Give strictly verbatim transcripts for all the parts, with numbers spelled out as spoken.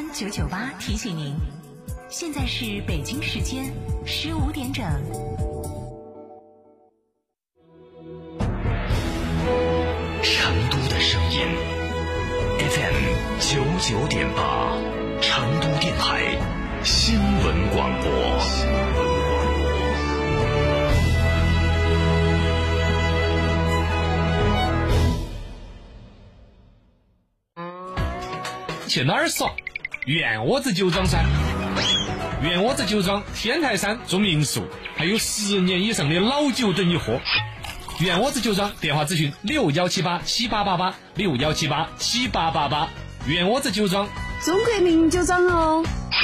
九九八提醒您，现在是北京时间十五点整。 成都的声音 F M 九九点八，成都电台新闻广播。 去哪儿耍？院窝子酒庄噻！院窝子酒庄天台山住民宿，还有十年以上的老酒等你喝。院窝子酒庄电话咨询六幺七八七八八八六幺七八七八八八。院窝子酒庄， 中国名酒庄哦。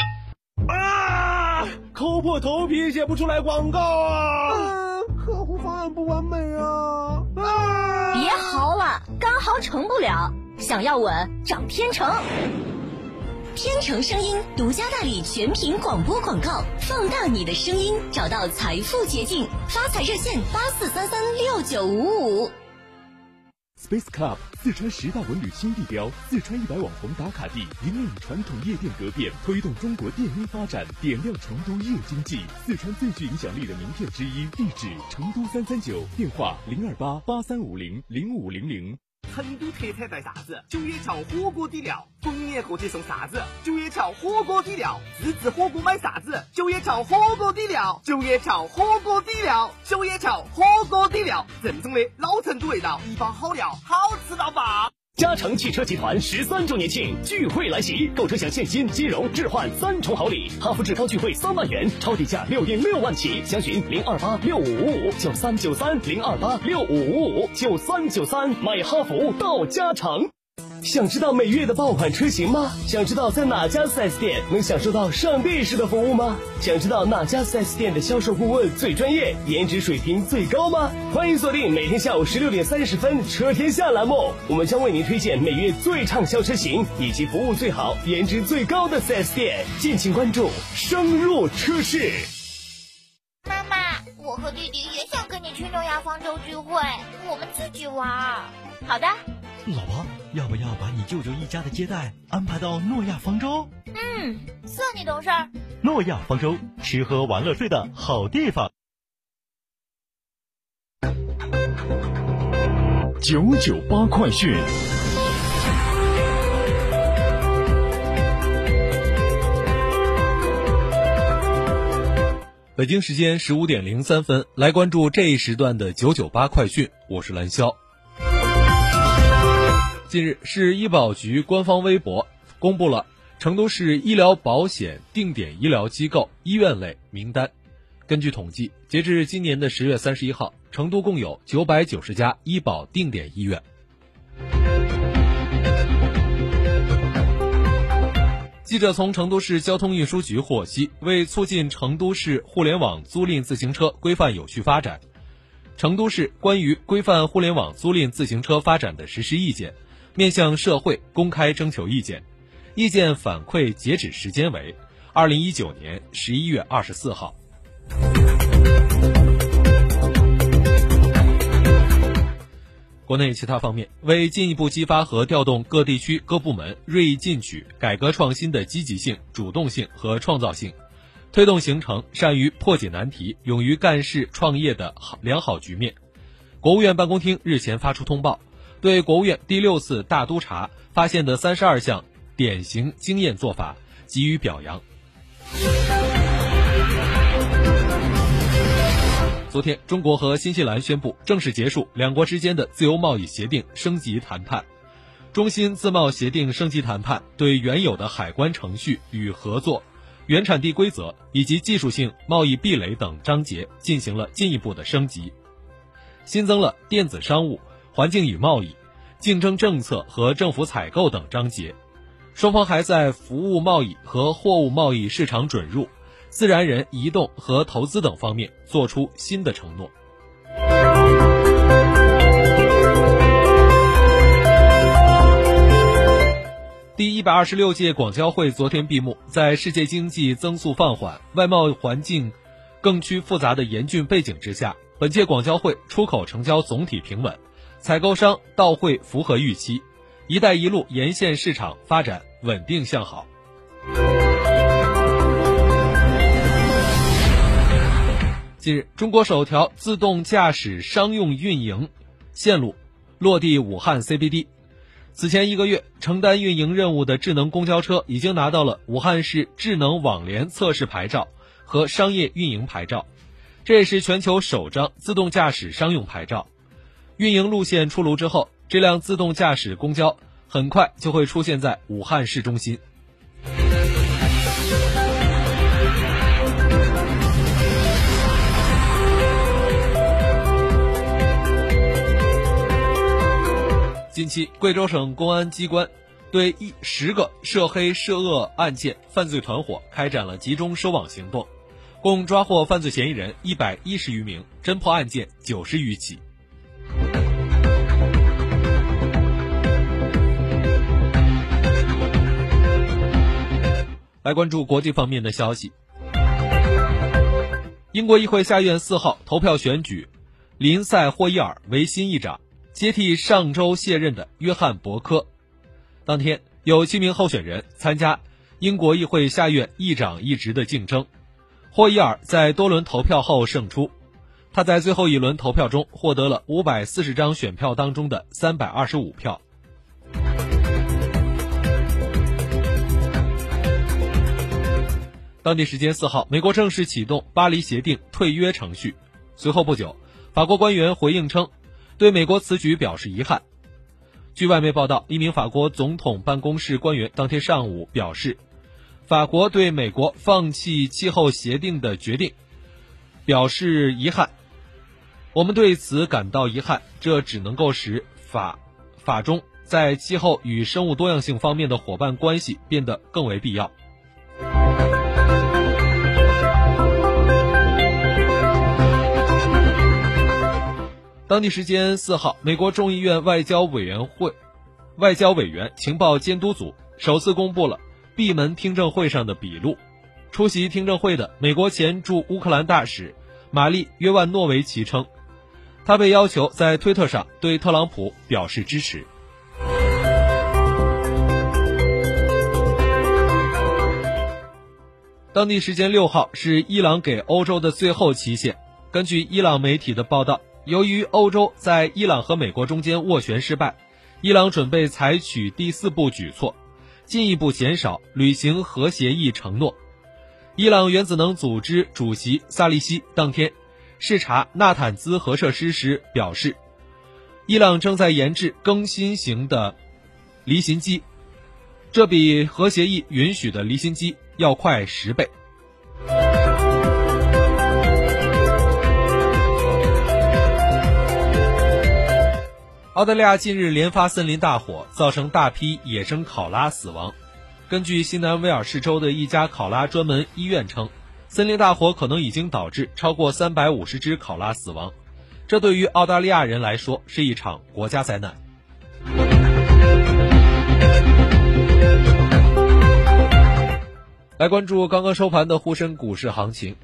啊！抠破头皮写不出来广告啊！啊，客户方案不完美啊！啊！ 别嚎了，刚嚎成不了。想要稳，找天成。天成声音独家代理全屏广播广告，放大你的声音，找到财富捷径。发财热线八四三三六九五五。 Space Club 四川十大文旅新地标，四川一百网红打卡地，引领传统夜店革变，推动中国电音发展，点亮成都夜经济。四川最具影响力的名片之一，地址成都三三九，电话零二八八三五零零五零零。 成都特产带啥子？九叶桥火锅底料，逢年过节送啥子？九叶桥火锅底料，自制火锅买啥子？九叶桥火锅底料，九叶桥火锅底料，九叶桥火锅底料，正宗的老成都味道，一包好料，好吃到爆！ 嘉诚汽车集团十三周年庆聚会来袭，购车享现金、金融、置换三重好礼，哈弗志高聚会三万元，超低价六点六万起，详询零二八六五五五九三九三零二八六五五五九三九三，买哈弗到嘉诚。想知道每月的爆款车型吗？想知道在哪家 四 S 店能享受到上帝式的服务吗？想知道哪家 四 S 店的销售顾问最专业，颜值水平最高吗？欢迎锁定每天下午十六点三十分车天下栏目，我们将为您推荐每月最畅销车型以及服务最好、颜值最高的 四 S 店，敬请关注深入车市。 妈妈，我和弟弟也想跟你去诺亚方舟聚会，我们自己玩。 好的。 老婆，要不要把你舅舅一家的接待安排到诺亚方舟？ 嗯，算你懂事儿。 诺亚方舟，吃喝玩乐睡的好地方。 九九八快讯。 北京时间十五点零三分，来关注这一时段的九九八快讯，我是蓝霄。近日，市医保局官方微博公布了成都市医疗保险定点医疗机构医院类名单。根据统计，截至今年的十月三十一号，成都共有九百九十家医保定点医院。记者从成都市交通运输局获悉，为促进成都市互联网租赁自行车规范有序发展，成都市关于规范互联网租赁自行车发展的实施意见面向社会公开征求意见，意见反馈截止时间为二零一九年十一月二十四号。国内其他方面，为进一步激发和调动各地区各部门锐意进取、改革创新的积极性、主动性和创造性，推动形成善于破解难题、勇于干事创业的良好局面，国务院办公厅日前发出通报，对国务院第六次大督查发现的三十二项典型经验做法给予表扬。昨天，中国和新西兰宣布正式结束两国之间的自由贸易协定升级谈判。中新自贸协定升级谈判对原有的海关程序与合作、原产地规则以及技术性贸易壁垒等章节进行了进一步的升级，新增了电子商务、环境与贸易、竞争政策和政府采购等章节。双方还在服务贸易和货物贸易市场准入、自然人移动和投资等方面作出新的承诺。第一百二十六届广交会昨天闭幕，在世界经济增速放缓、外贸环境更趋复杂的严峻背景之下，本届广交会出口成交总体平稳，采购商到会符合预期，一带一路沿线市场发展稳定向好。 近日，中国首条自动驾驶商用运营线路落地武汉 C B D。此前一个月，承担运营任务的智能公交车已经拿到了武汉市智能网联测试牌照和商业运营牌照，这也是全球首张自动驾驶商用牌照。运营路线出炉之后，这辆自动驾驶公交很快就会出现在武汉市中心。近期，贵州省公安机关对一十个涉黑涉恶案件犯罪团伙开展了集中收网行动，共抓获犯罪嫌疑人一百一十余名，侦破案件九十余起。来关注国际方面的消息。英国议会下院四号投票选举林赛·霍伊尔为新议长，接替上周卸任的约翰·伯科。当天，有七名候选人参加英国议会下院议长一职的竞争。霍伊尔在多轮投票后胜出，他在最后一轮投票中获得了五百四十张选票当中的三百二十五票。当地时间四号，美国正式启动巴黎协定退约程序。随后不久，法国官员回应称，对美国此举表示遗憾。据外媒报道，一名法国总统办公室官员当天上午表示，法国对美国放弃气候协定的决定表示遗憾。我们对此感到遗憾，这只能够使法法中在气候与生物多样性方面的伙伴关系变得更为必要。当地时间四号，美国众议院外交委员会外交委员情报监督组首次公布了闭门听证会上的笔录。出席听证会的美国前驻乌克兰大使玛丽·约万诺维奇称，他被要求在推特上对特朗普表示支持。当地时间六号是伊朗给欧洲的最后期限。根据伊朗媒体的报道，由于欧洲在伊朗和美国中间斡旋失败，伊朗准备采取第四步举措，进一步减少履行核协议承诺。伊朗原子能组织主席萨利希当天视察纳坦兹核设施时表示，伊朗正在研制更新型的离心机，这比核协议允许的离心机要快十倍。澳大利亚近日连发森林大火，造成大批野生考拉死亡。根据新南威尔士州的一家考拉专门医院称，森林大火可能已经导致超过三百五十只考拉死亡，这对于澳大利亚人来说是一场国家灾难。来关注刚刚收盘的沪深股市行情。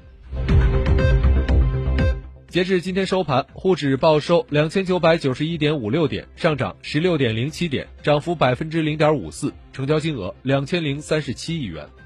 截至今天收盘，沪指报收两千九百九十一点五六点，上涨十六点零七点，涨幅百分之零点五四，成交金额两千零三十七亿元。